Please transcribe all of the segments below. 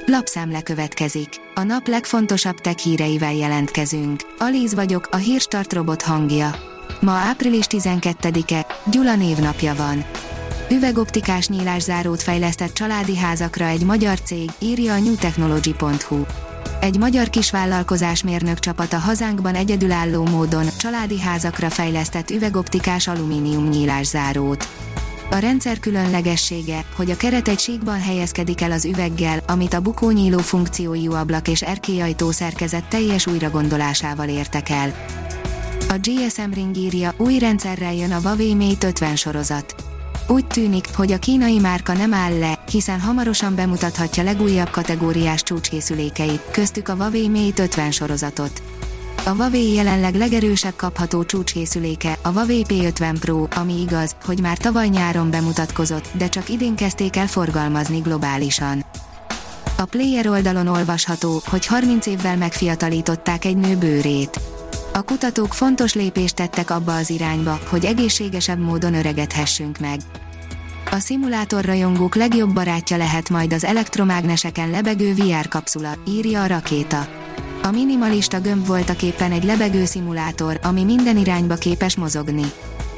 Lapszemle következik. A nap legfontosabb tech híreivel jelentkezünk. Alíz vagyok, a Hírstart robot hangja. Ma április 12-e, Gyula névnapja van. Üvegoptikás nyílászárót fejlesztett családi házakra egy magyar cég, írja a newtechnology.hu. Egy magyar kisvállalkozás mérnök csapata hazánkban egyedülálló módon családi házakra fejlesztett üvegoptikás alumínium nyílászárót. A rendszer különlegessége, hogy a keret egy síkban helyezkedik el az üveggel, amit a bukónyíló funkciójú ablak és erkélyajtó szerkezet teljes újragondolásával értek el. A GSM Ring írja, új rendszerrel jön a Huawei Mate 50 sorozat. Úgy tűnik, hogy a kínai márka nem áll le, hiszen hamarosan bemutathatja legújabb kategóriás csúcskészülékeit, köztük a Huawei Mate 50 sorozatot. A Huawei jelenleg legerősebb kapható csúcskészüléke, a Huawei P50 Pro, ami igaz, hogy már tavaly nyáron bemutatkozott, de csak idén kezdték el forgalmazni globálisan. A Player oldalon olvasható, hogy 30 évvel megfiatalították egy nő bőrét. A kutatók fontos lépést tettek abba az irányba, hogy egészségesebb módon öregedhessünk meg. A szimulátorrajongók legjobb barátja lehet majd az elektromágneseken lebegő VR kapszula, írja a Rakéta. A minimalista gömb voltaképpen egy lebegő szimulátor, ami minden irányba képes mozogni.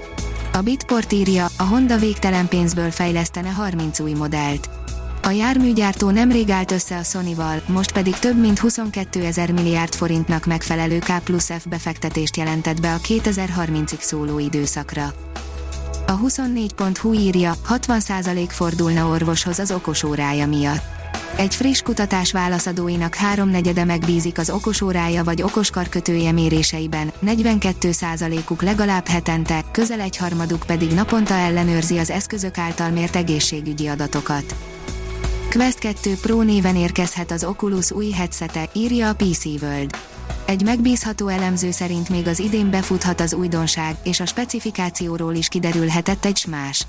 A Bitport írja, a Honda végtelen pénzből fejlesztene 30 új modellt. A járműgyártó nemrég állt össze a Sonyval, most pedig több mint 22 000 milliárd forintnak megfelelő K+F befektetést jelentett be a 2030-ig szóló időszakra. A 24.hu írja, 60% fordulna orvoshoz az okosórája miatt. Egy friss kutatás válaszadóinak 3/4 megbízik az okosórája vagy okoskarkötője méréseiben, 42%-uk legalább hetente, közel egyharmaduk pedig naponta ellenőrzi az eszközök által mért egészségügyi adatokat. Quest 2 Pro néven érkezhet az Oculus új headsete, írja a PC World. Egy megbízható elemző szerint még az idén befuthat az újdonság, és a specifikációról is kiderülhetett egy smás.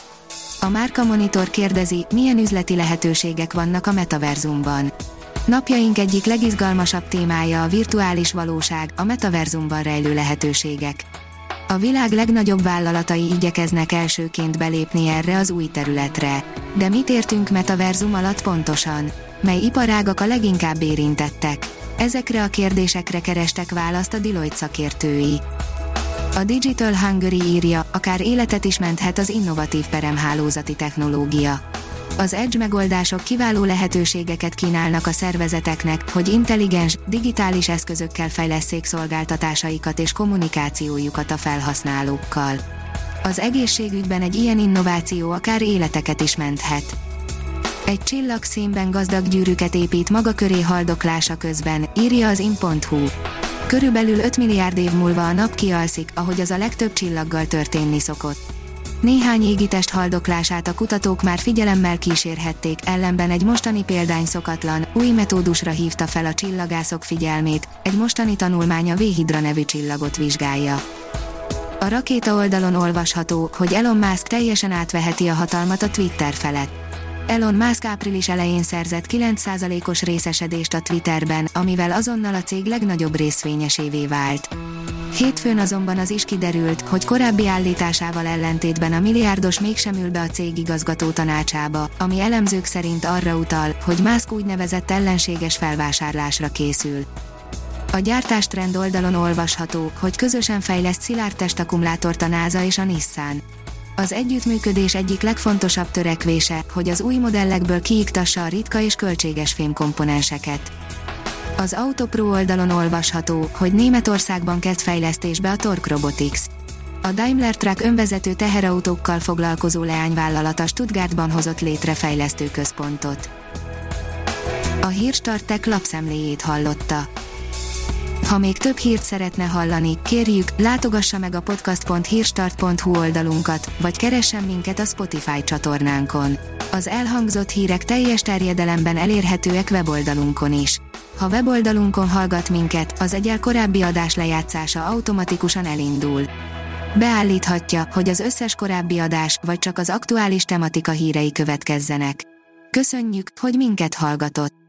A Márka Monitor kérdezi, milyen üzleti lehetőségek vannak a metaverzumban. Napjaink egyik legizgalmasabb témája a virtuális valóság, a metaverzumban rejlő lehetőségek. A világ legnagyobb vállalatai igyekeznek elsőként belépni erre az új területre. De mit értünk metaverzum alatt pontosan? Mely iparágak a leginkább érintettek? Ezekre a kérdésekre kerestek választ a Deloitte szakértői. A Digital Hungary írja, akár életet is menthet az innovatív peremhálózati technológia. Az Edge megoldások kiváló lehetőségeket kínálnak a szervezeteknek, hogy intelligens, digitális eszközökkel fejlesszék szolgáltatásaikat és kommunikációjukat a felhasználókkal. Az egészségügyben egy ilyen innováció akár életeket is menthet. Egy csillag színben gazdag gyűrűket épít maga köré haldoklása közben, írja az in.hu. Körülbelül 5 milliárd év múlva a nap kialszik, ahogy az a legtöbb csillaggal történni szokott. Néhány égitest haldoklását a kutatók már figyelemmel kísérhették, ellenben egy mostani példány szokatlan, új metódusra hívta fel a csillagászok figyelmét, egy mostani tanulmány a V-Hydra nevű csillagot vizsgálja. A Rakéta oldalon olvasható, hogy Elon Musk teljesen átveheti a hatalmat a Twitter felett. Elon Musk április elején szerzett 9%-os részesedést a Twitterben, amivel azonnal a cég legnagyobb részvényesévé vált. Hétfőn azonban az is kiderült, hogy korábbi állításával ellentétben a milliárdos mégsem ül be a cég igazgató tanácsába, ami elemzők szerint arra utal, hogy Musk úgynevezett ellenséges felvásárlásra készül. A gyártástrend oldalon olvasható, hogy közösen fejleszt szilárd testakkumulátort a NASA és a Nissan. Az együttműködés egyik legfontosabb törekvése, hogy az új modellekből kiiktassa a ritka és költséges fémkomponenseket. Az Autopro oldalon olvasható, hogy Németországban kezd fejlesztésbe a Torc Robotics. A Daimler Truck önvezető teherautókkal foglalkozó leányvállalata Stuttgartban hozott létre fejlesztőközpontot. A Hírstart Tech lapszemléjét hallotta. Ha még több hírt szeretne hallani, kérjük, látogassa meg a podcast.hírstart.hu oldalunkat, vagy keressen minket a Spotify csatornánkon. Az elhangzott hírek teljes terjedelemben elérhetőek weboldalunkon is. Ha weboldalunkon hallgat minket, az egyel korábbi adás lejátszása automatikusan elindul. Beállíthatja, hogy az összes korábbi adás, vagy csak az aktuális tematika hírei következzenek. Köszönjük, hogy minket hallgatott!